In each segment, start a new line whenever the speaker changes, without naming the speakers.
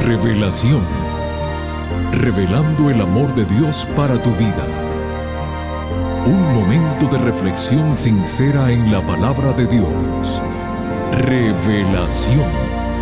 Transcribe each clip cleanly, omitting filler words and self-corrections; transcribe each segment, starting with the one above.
Revelación. Revelando el amor de Dios para tu vida. Un momento de reflexión sincera en la palabra de Dios. Revelación.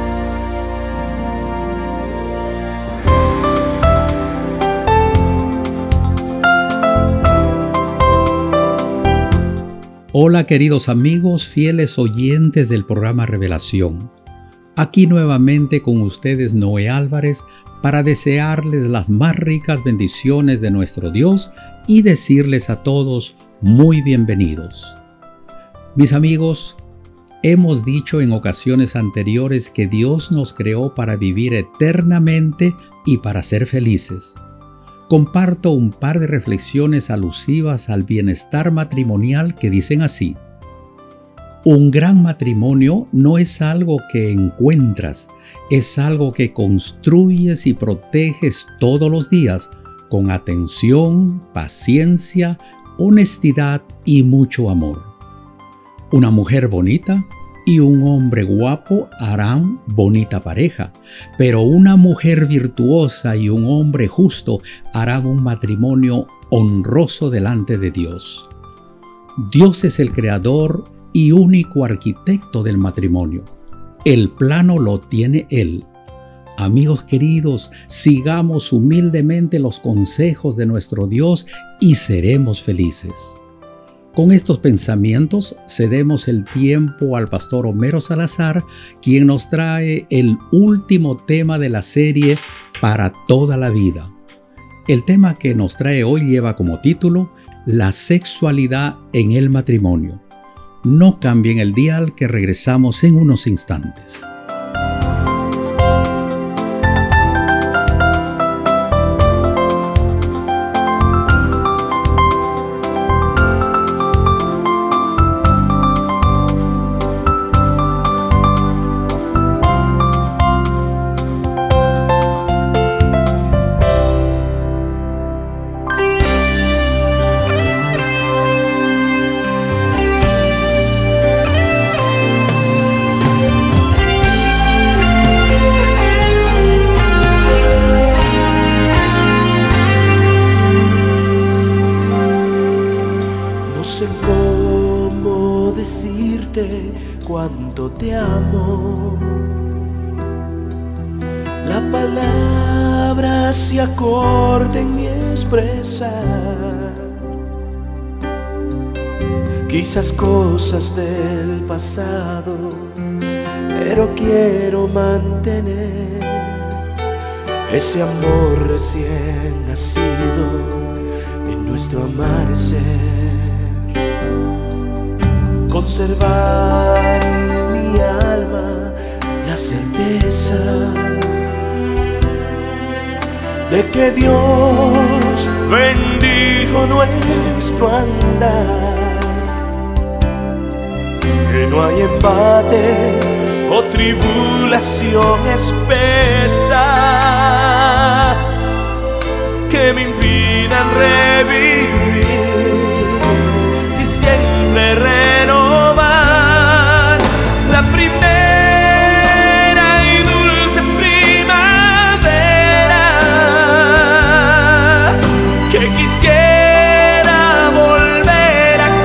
Hola queridos amigos, fieles oyentes del programa Revelación. Aquí nuevamente con ustedes Noé Álvarez para desearles las más ricas bendiciones de nuestro Dios y decirles a todos muy bienvenidos. Mis amigos, hemos dicho en ocasiones anteriores que Dios nos creó para vivir eternamente y para ser felices. Comparto un par de reflexiones alusivas al bienestar matrimonial que dicen así: un gran matrimonio no es algo que encuentras, es algo que construyes y proteges todos los días con atención, paciencia, honestidad y mucho amor. Una mujer bonita y un hombre guapo harán bonita pareja, pero una mujer virtuosa y un hombre justo harán un matrimonio honroso delante de Dios. Dios es el creador y único arquitecto del matrimonio. El plano lo tiene Él. Amigos queridos, sigamos humildemente los consejos de nuestro Dios y seremos felices. Con estos pensamientos cedemos el tiempo al pastor Homero Salazar, quien nos trae el último tema de la serie Para toda la vida. El tema que nos trae hoy lleva como título La sexualidad en el matrimonio. No cambien el dial, que regresamos en unos instantes.
Cuánto te amo, la palabra se acorde en mi expresar. Quizás cosas del pasado, pero quiero mantener ese amor recién nacido en nuestro amanecer. Conservar en mi alma la certeza de que Dios bendijo nuestro andar, que no hay embate o tribulación espesa que me impidan revivir y siempre renovar la primera y dulce primavera que quisiera volver a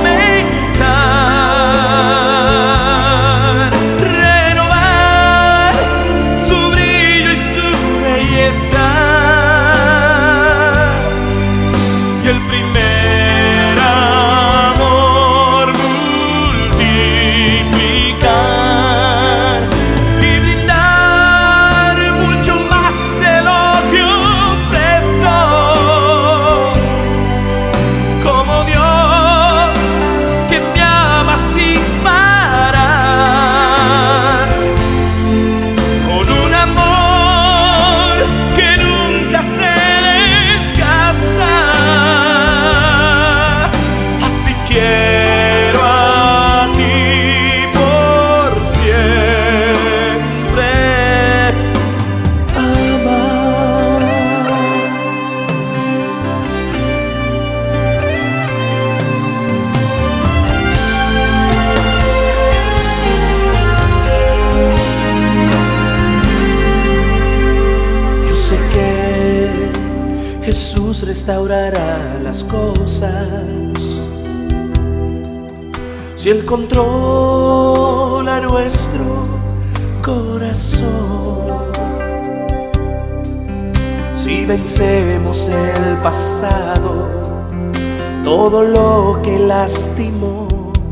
comenzar, renovar su brillo y su belleza, y el primer amor multiplicar y brindar mucho más de lo que ofrezco, como Dios que me ama sin parar, con un amor que nunca se desgasta. Así quiero a ti por siempre amar. restaurará las cosas. Si Él controla nuestro corazón, si vencemos el pasado, todo lo que lastimó,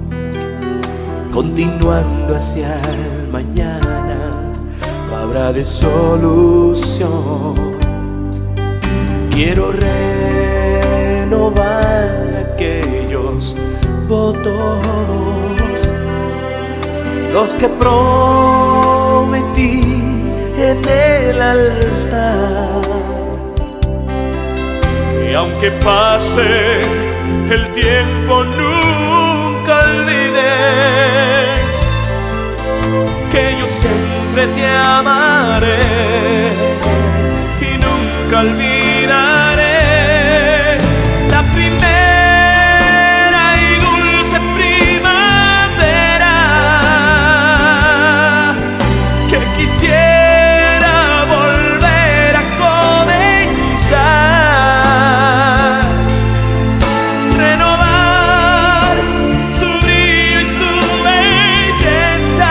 continuando hacia el mañana, no habrá de solución. Quiero renovar aquellos votos, los que prometí en el altar, que aunque pase el tiempo nunca olvides que yo siempre te amaré y nunca olvidaré la primera y dulce primavera que quisiera volver a comenzar, renovar su brillo y su belleza,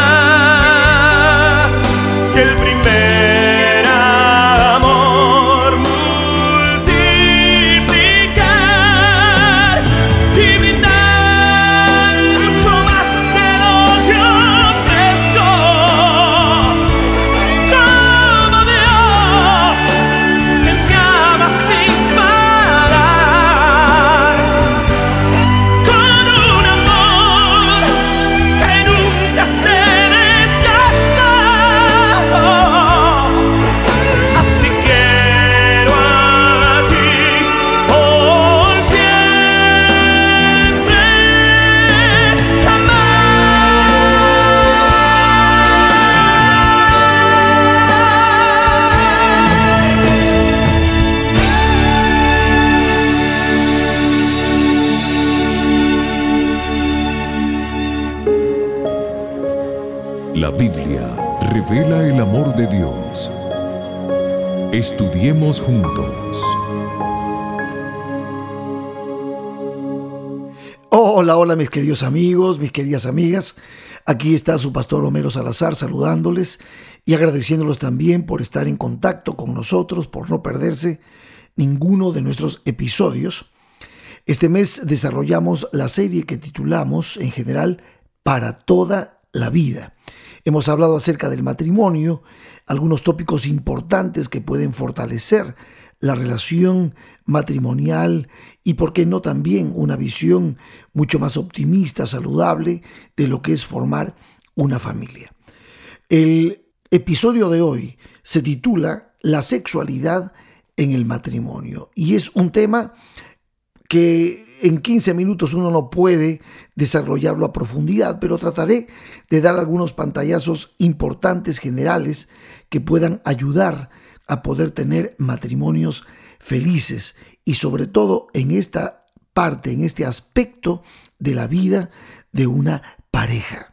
que el primer amor multiplicar y brindar mucho más de lo que ofrezco, como Dios que me ama sin parar, con un amor que nunca se desgasta. Así quiero a ti por siempre amar.
La Biblia revela el amor de Dios. Estudiemos juntos.
Hola, hola mis queridos amigos, mis queridas amigas. Aquí está su pastor Homero Salazar saludándoles y agradeciéndolos también por estar en contacto con nosotros, por no perderse ninguno de nuestros episodios. Este mes desarrollamos la serie que titulamos en general Para toda la vida. Hemos hablado acerca del matrimonio, algunos tópicos importantes que pueden fortalecer la relación matrimonial y, por qué no, también una visión mucho más optimista, saludable de lo que es formar una familia. El episodio de hoy se titula La sexualidad en el matrimonio y es un tema que en 15 minutos uno no puede desarrollarlo a profundidad, pero trataré de dar algunos pantallazos importantes generales que puedan ayudar a poder tener matrimonios felices y sobre todo en esta parte, en este aspecto de la vida de una pareja.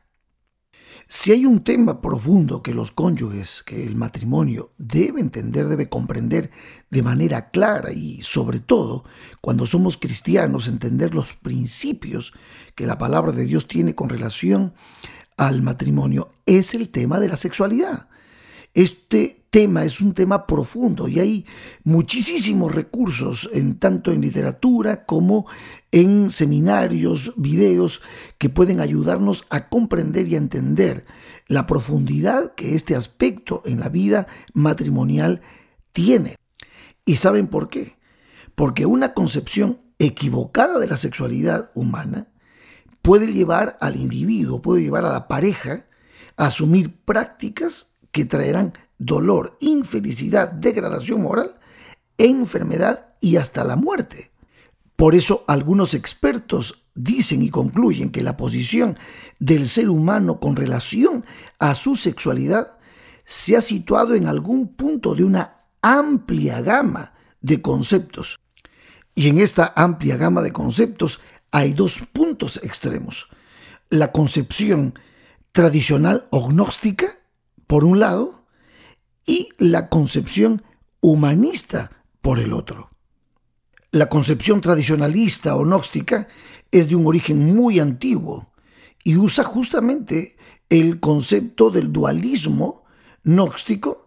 Si hay un tema profundo que los cónyuges, que el matrimonio debe entender, debe comprender de manera clara y sobre todo cuando somos cristianos entender los principios que la palabra de Dios tiene con relación al matrimonio, es el tema de la sexualidad. Este tema es un tema profundo y hay muchísimos recursos, tanto en literatura como en seminarios, videos que pueden ayudarnos a comprender y a entender la profundidad que este aspecto en la vida matrimonial tiene. ¿Y saben por qué? Porque una concepción equivocada de la sexualidad humana puede llevar al individuo, puede llevar a la pareja a asumir prácticas que traerán dolor, infelicidad, degradación moral, enfermedad y hasta la muerte. Por eso algunos expertos dicen y concluyen que la posición del ser humano con relación a su sexualidad se ha situado en algún punto de una amplia gama de conceptos. Y en esta amplia gama de conceptos hay dos puntos extremos. La concepción tradicional o gnóstica, por un lado, y la concepción humanista por el otro. La concepción tradicionalista o gnóstica es de un origen muy antiguo y usa justamente el concepto del dualismo gnóstico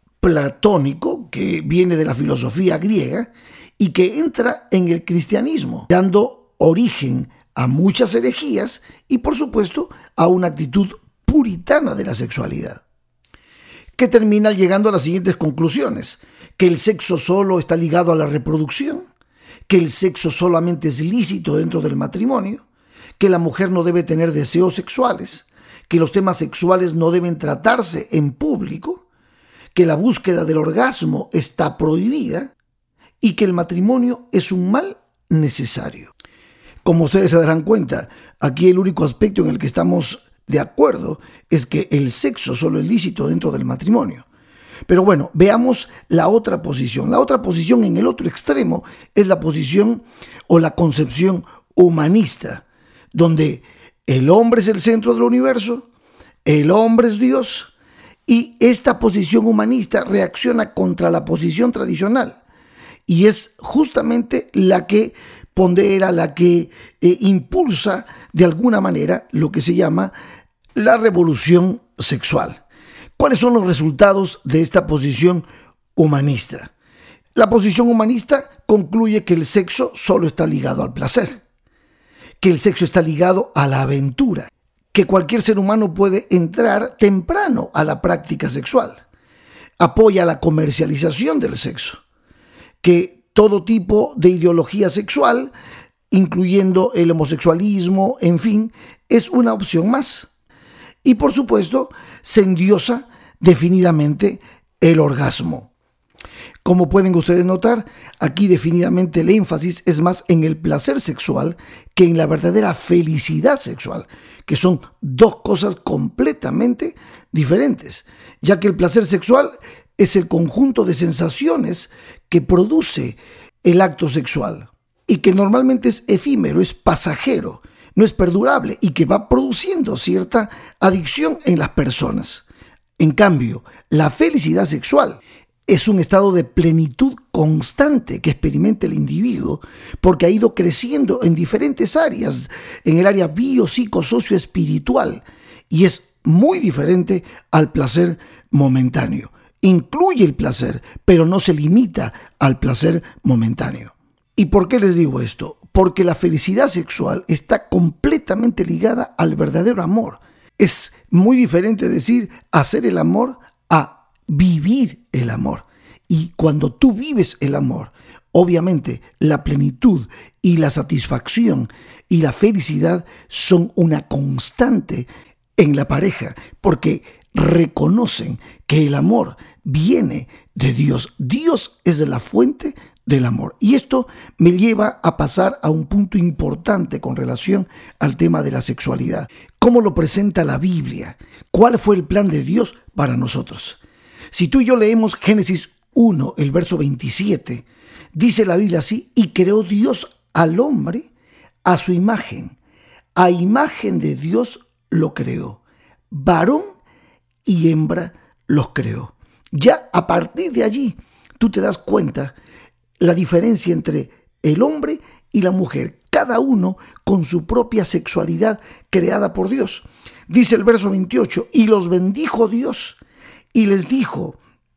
platónico que viene de la filosofía griega y que entra en el cristianismo, dando origen a muchas herejías y, por supuesto, a una actitud puritana de la sexualidad, que termina llegando a las siguientes conclusiones: que el sexo solo está ligado a la reproducción, que el sexo solamente es lícito dentro del matrimonio, que la mujer no debe tener deseos sexuales, que los temas sexuales no deben tratarse en público, que la búsqueda del orgasmo está prohibida y que el matrimonio es un mal necesario. Como ustedes se darán cuenta, aquí el único aspecto en el que estamos de acuerdo es que el sexo solo es lícito dentro del matrimonio. Pero bueno, veamos la otra posición. La otra posición en el otro extremo es la posición o la concepción humanista, donde el hombre es el centro del universo, el hombre es Dios, y esta posición humanista reacciona contra la posición tradicional y es justamente la que pondera, la que impulsa de alguna manera lo que se llama la revolución sexual. ¿Cuáles son los resultados de esta posición humanista? La posición humanista concluye que el sexo solo está ligado al placer, que el sexo está ligado a la aventura, que cualquier ser humano puede entrar temprano a la práctica sexual. Apoya la comercialización del sexo, que todo tipo de ideología sexual, incluyendo el homosexualismo, en fin, es una opción más. Y por supuesto, se endiosa definidamente el orgasmo. Como pueden ustedes notar, aquí definitivamente el énfasis es más en el placer sexual que en la verdadera felicidad sexual, que son dos cosas completamente diferentes, ya que el placer sexual es el conjunto de sensaciones que produce el acto sexual y que normalmente es efímero, es pasajero, no es perdurable y que va produciendo cierta adicción en las personas. En cambio, la felicidad sexual es un estado de plenitud constante que experimenta el individuo porque ha ido creciendo en diferentes áreas, en el área bio, psico, socio, espiritual, y es muy diferente al placer momentáneo. Incluye el placer, pero no se limita al placer momentáneo. ¿Y por qué les digo esto? Porque la felicidad sexual está completamente ligada al verdadero amor. Es muy diferente decir hacer el amor a vivir el amor. Y cuando tú vives el amor, obviamente la plenitud y la satisfacción y la felicidad son una constante en la pareja, porque reconocen que el amor viene de Dios. Dios es la fuente del amor. Y esto me lleva a pasar a un punto importante con relación al tema de la sexualidad. ¿Cómo lo presenta la Biblia? ¿Cuál fue el plan de Dios para nosotros? Si tú y yo leemos Génesis 1, el verso 27, dice la Biblia así: y creó Dios al hombre a su imagen. A imagen de Dios lo creó. Varón y hembra los creó. Ya a partir de allí, tú te das cuenta la diferencia entre el hombre y la mujer, cada uno con su propia sexualidad creada por Dios. Dice el verso 28, y los bendijo Dios y les dijo: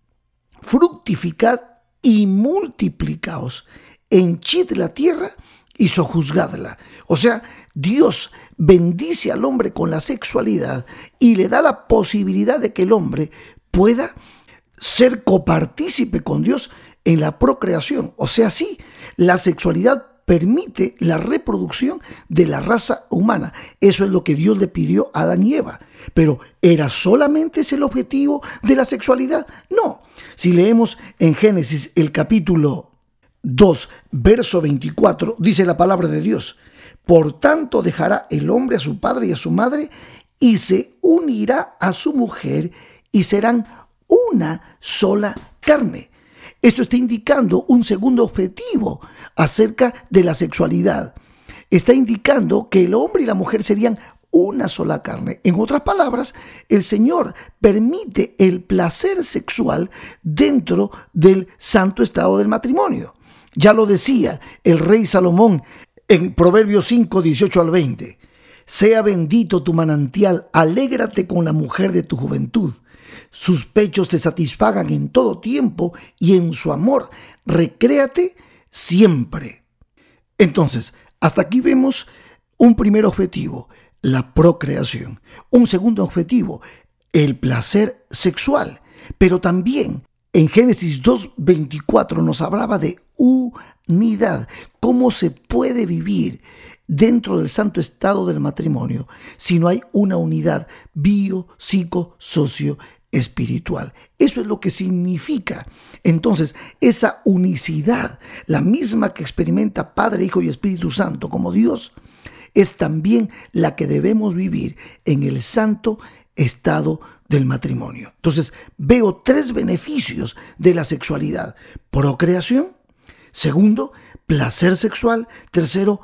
fructificad y multiplicaos, henchid la tierra y sojuzgadla. O sea, Dios bendice al hombre con la sexualidad y le da la posibilidad de que el hombre pueda ser copartícipe con Dios en la procreación. O sea, sí, la sexualidad permite la reproducción de la raza humana. Eso es lo que Dios le pidió a Adán y Eva. Pero ¿era solamente ese el objetivo de la sexualidad? No. Si leemos en Génesis el capítulo 2, verso 24, dice la palabra de Dios: por tanto dejará el hombre a su padre y a su madre y se unirá a su mujer y serán una sola carne. Esto está indicando un segundo objetivo acerca de la sexualidad. Está indicando que el hombre y la mujer serían una sola carne. En otras palabras, el Señor permite el placer sexual dentro del santo estado del matrimonio. Ya lo decía el rey Salomón en Proverbios 5, 18 al 20. Sea bendito tu manantial, alégrate con la mujer de tu juventud. Sus pechos te satisfagan en todo tiempo y en su amor recréate siempre. Entonces, hasta aquí vemos un primer objetivo, la procreación. Un segundo objetivo, el placer sexual. Pero también en Génesis 2:24 nos hablaba de unidad. ¿Cómo se puede vivir dentro del santo estado del matrimonio si no hay una unidad bio, psico, socio, espiritual? Eso es lo que significa. Entonces, esa unicidad, la misma que experimenta Padre, Hijo y Espíritu Santo como Dios, es también la que debemos vivir en el santo estado del matrimonio. Entonces, veo 3 beneficios de la sexualidad: procreación, segundo, placer sexual, tercero,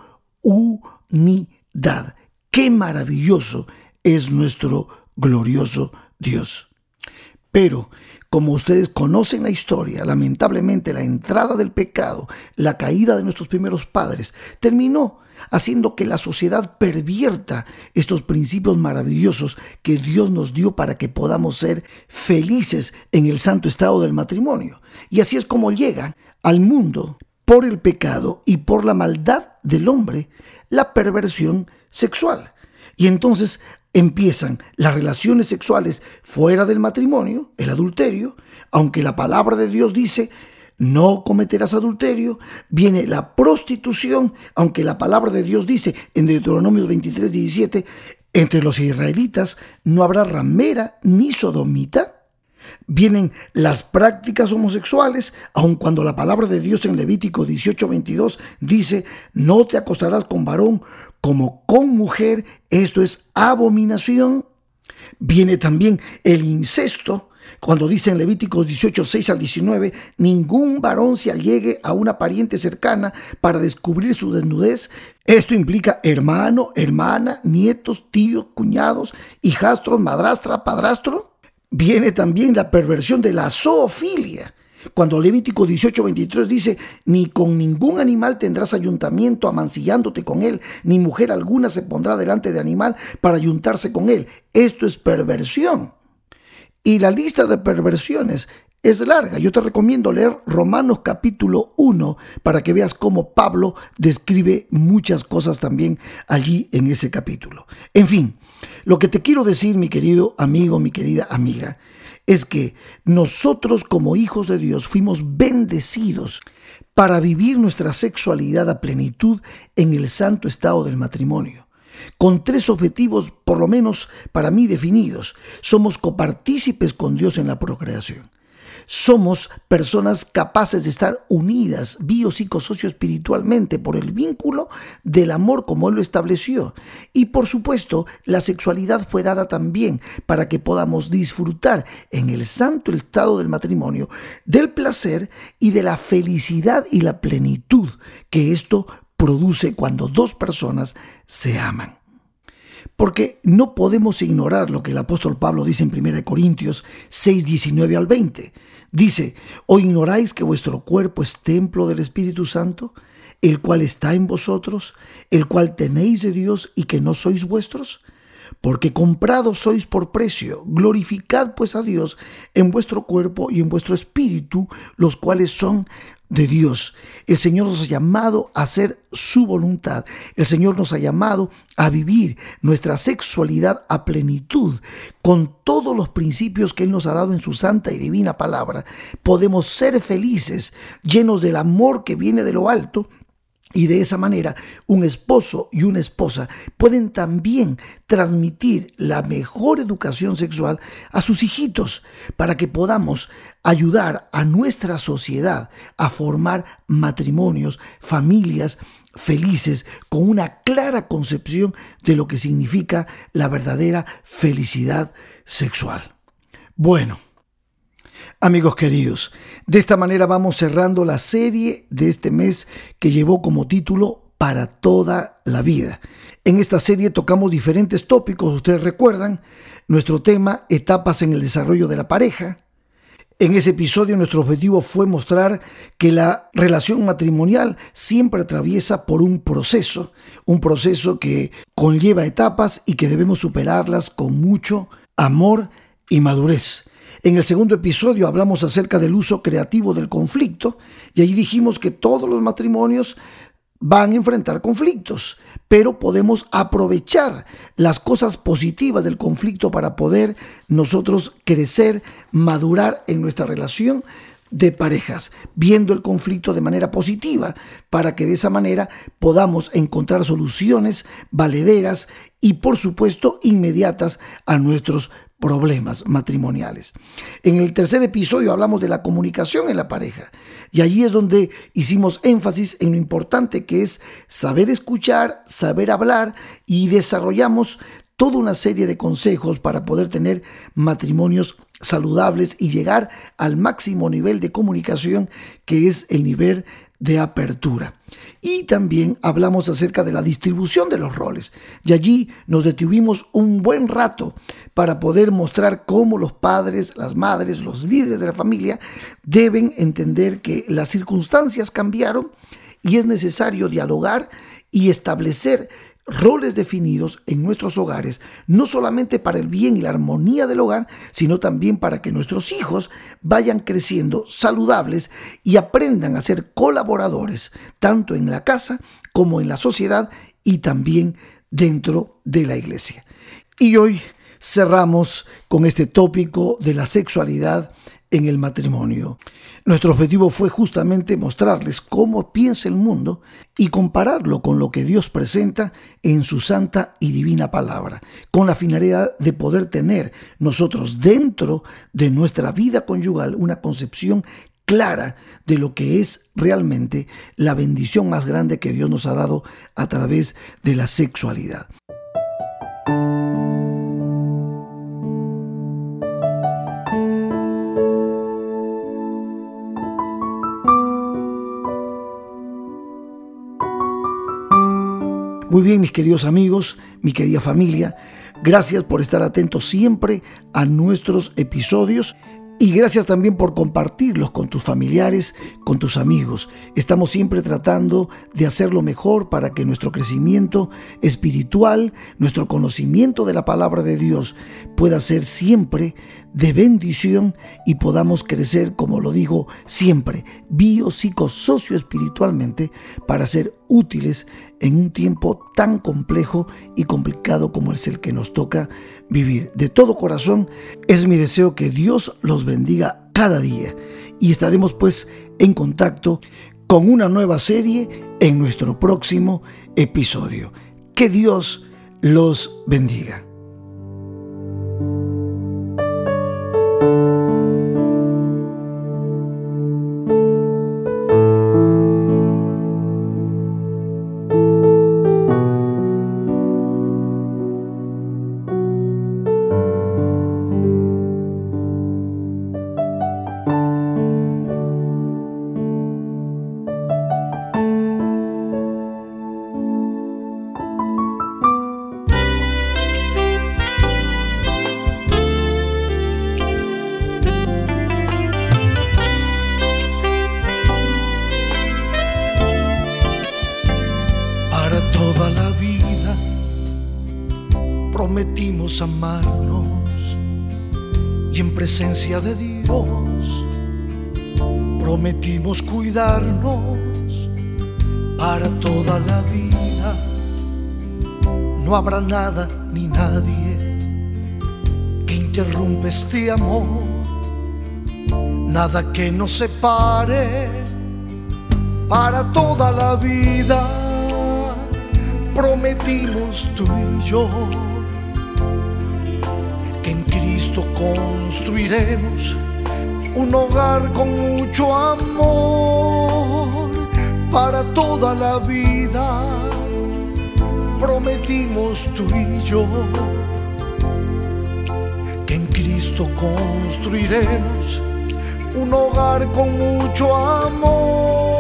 unidad. ¡Qué maravilloso es nuestro glorioso Dios! Pero, como ustedes conocen la historia, lamentablemente la entrada del pecado, la caída de nuestros primeros padres, terminó haciendo que la sociedad pervierta estos principios maravillosos que Dios nos dio para que podamos ser felices en el santo estado del matrimonio. Y así es como llega al mundo, por el pecado y por la maldad del hombre, la perversión sexual. Y entonces empiezan las relaciones sexuales fuera del matrimonio, el adulterio, aunque la palabra de Dios dice: no cometerás adulterio. Viene la prostitución, aunque la palabra de Dios dice en Deuteronomio 23:17, entre los israelitas no habrá ramera ni sodomita. Vienen las prácticas homosexuales, aun cuando la palabra de Dios en Levítico 18:22 dice: no te acostarás con varón como con mujer, esto es abominación. Viene también el incesto, cuando dice en Levíticos 18, 6 al 19, ningún varón se allegue a una pariente cercana para descubrir su desnudez. Esto implica hermano, hermana, nietos, tíos, cuñados, hijastros, madrastra, padrastro. Viene también la perversión de la zoofilia, cuando Levítico 18:23 dice: ni con ningún animal tendrás ayuntamiento amancillándote con él, ni mujer alguna se pondrá delante de animal para ayuntarse con él. Esto es perversión. Y la lista de perversiones es larga. Yo te recomiendo leer Romanos capítulo 1 para que veas cómo Pablo describe muchas cosas también allí en ese capítulo. En fin, lo que te quiero decir, mi querido amigo, mi querida amiga, es que nosotros como hijos de Dios fuimos bendecidos para vivir nuestra sexualidad a plenitud en el santo estado del matrimonio, con 3 objetivos, por lo menos para mí, definidos. Somos copartícipes con Dios en la procreación. Somos personas capaces de estar unidas bio, psico, socio, espiritualmente por el vínculo del amor como Él lo estableció. Y por supuesto, la sexualidad fue dada también para que podamos disfrutar en el santo estado del matrimonio del placer y de la felicidad y la plenitud que esto produce cuando 2 personas se aman. Porque no podemos ignorar lo que el apóstol Pablo dice en 1 Corintios 6, 19 al 20. Dice: ¿o ignoráis que vuestro cuerpo es templo del Espíritu Santo, el cual está en vosotros, el cual tenéis de Dios y que no sois vuestros? Porque comprados sois por precio. Glorificad pues a Dios en vuestro cuerpo y en vuestro espíritu, los cuales son de Dios. El Señor nos ha llamado a hacer su voluntad. El Señor nos ha llamado a vivir nuestra sexualidad a plenitud con todos los principios que Él nos ha dado en su santa y divina palabra. Podemos ser felices, llenos del amor que viene de lo alto. Y de esa manera, un esposo y una esposa pueden también transmitir la mejor educación sexual a sus hijitos para que podamos ayudar a nuestra sociedad a formar matrimonios, familias felices con una clara concepción de lo que significa la verdadera felicidad sexual. Bueno, amigos queridos, de esta manera vamos cerrando la serie de este mes que llevó como título Para toda la vida. En esta serie tocamos diferentes tópicos, ustedes recuerdan, nuestro tema, etapas en el desarrollo de la pareja, En ese episodio nuestro objetivo fue mostrar que la relación matrimonial siempre atraviesa por un proceso que conlleva etapas y que debemos superarlas con mucho amor y madurez. En el segundo episodio hablamos acerca del uso creativo del conflicto y ahí dijimos que todos los matrimonios van a enfrentar conflictos, pero podemos aprovechar las cosas positivas del conflicto para poder nosotros crecer, madurar en nuestra relación de parejas, viendo el conflicto de manera positiva, para que de esa manera podamos encontrar soluciones valederas y, por supuesto, inmediatas a nuestros problemas matrimoniales. En el tercer episodio hablamos de la comunicación en la pareja y allí es donde hicimos énfasis en lo importante que es saber escuchar, saber hablar, y desarrollamos toda una serie de consejos para poder tener matrimonios saludables y llegar al máximo nivel de comunicación, que es el nivel de apertura. Y también hablamos acerca de la distribución de los roles y allí nos detuvimos un buen rato para poder mostrar cómo los padres, las madres, los líderes de la familia deben entender que las circunstancias cambiaron y es necesario dialogar y establecer roles definidos en nuestros hogares, no solamente para el bien y la armonía del hogar, sino también para que nuestros hijos vayan creciendo saludables y aprendan a ser colaboradores, tanto en la casa como en la sociedad y también dentro de la iglesia. Y hoy cerramos con este tópico de la sexualidad en el matrimonio. Nuestro objetivo fue justamente mostrarles cómo piensa el mundo y compararlo con lo que Dios presenta en su santa y divina palabra, con la finalidad de poder tener nosotros dentro de nuestra vida conyugal una concepción clara de lo que es realmente la bendición más grande que Dios nos ha dado a través de la sexualidad. Muy bien, mis queridos amigos, mi querida familia, gracias por estar atentos siempre a nuestros episodios y gracias también por compartirlos con tus familiares, con tus amigos. Estamos siempre tratando de hacerlo mejor para que nuestro crecimiento espiritual, nuestro conocimiento de la palabra de Dios pueda ser siempre de bendición y podamos crecer, como lo digo siempre, biopsicosocioespiritualmente, para ser útiles en un tiempo tan complejo y complicado como es el que nos toca vivir. De todo corazón es mi deseo que Dios los bendiga cada día y estaremos pues en contacto con una nueva serie en nuestro próximo episodio. Que Dios los bendiga.
Toda la vida prometimos amarnos y en presencia de Dios prometimos cuidarnos para toda la vida. No habrá nada ni nadie que interrumpa este amor, nada que nos separe para toda la vida. Prometimos tú y yo que en Cristo construiremos un hogar con mucho amor para toda la vida. Prometimos tú y yo que en Cristo construiremos un hogar con mucho amor.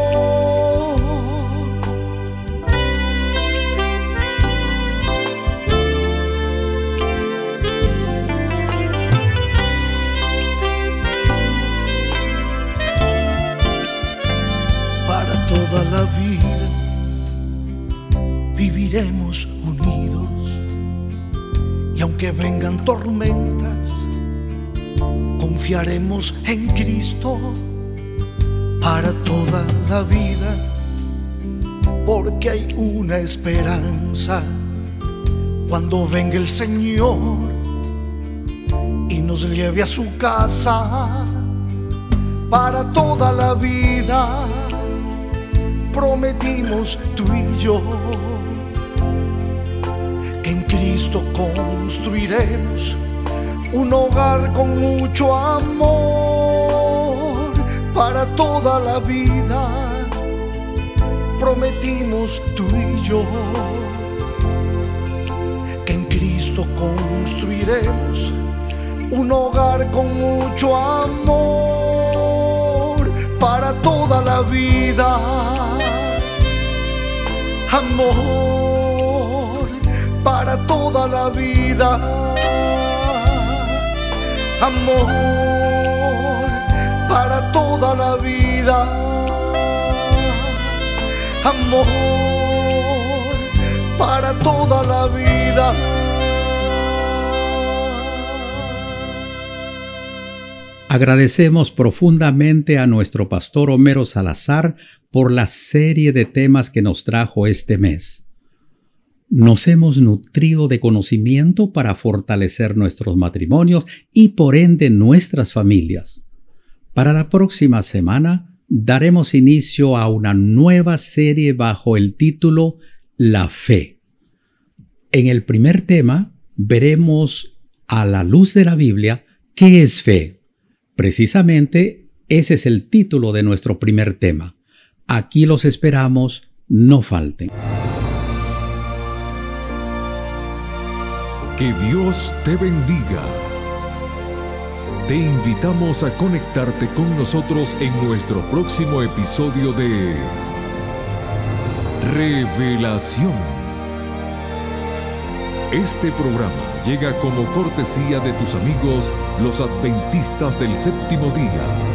aunque vengan tormentas, confiaremos en Cristo para toda la vida, porque hay una esperanza cuando venga el Señor y nos lleve a su casa para toda la vida. Prometimos tú y yo que en Cristo construiremos un hogar con mucho amor para toda la vida. Prometimos tú y yo que en Cristo construiremos un hogar con mucho amor para toda la vida. Amor para toda la vida. Amor para toda la vida. Amor para toda la vida.
Agradecemos profundamente a nuestro pastor Homero Salazar por la serie de temas que nos trajo este mes. Nos hemos nutrido de conocimiento para fortalecer nuestros matrimonios y por ende nuestras familias. Para la próxima semana daremos inicio a una nueva serie bajo el título La Fe. En el primer tema veremos a la luz de la Biblia qué es fe. Precisamente ese es el título de nuestro primer tema. Aquí los esperamos, no falten.
Que Dios te bendiga. Te invitamos a conectarte con nosotros en nuestro próximo episodio de Revelación. Este programa llega como cortesía de tus amigos los Adventistas del Séptimo Día.